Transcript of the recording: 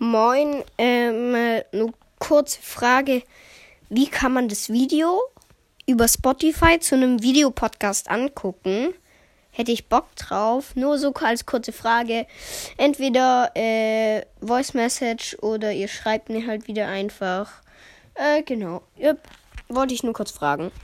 Moin, nur kurze Frage. Wie kann man das Video über Spotify zu einem Videopodcast angucken? Hätte ich Bock drauf. Nur so als kurze Frage. Entweder Voice Message oder ihr schreibt mir halt wieder einfach. Genau. Yep. Wollte ich nur kurz fragen.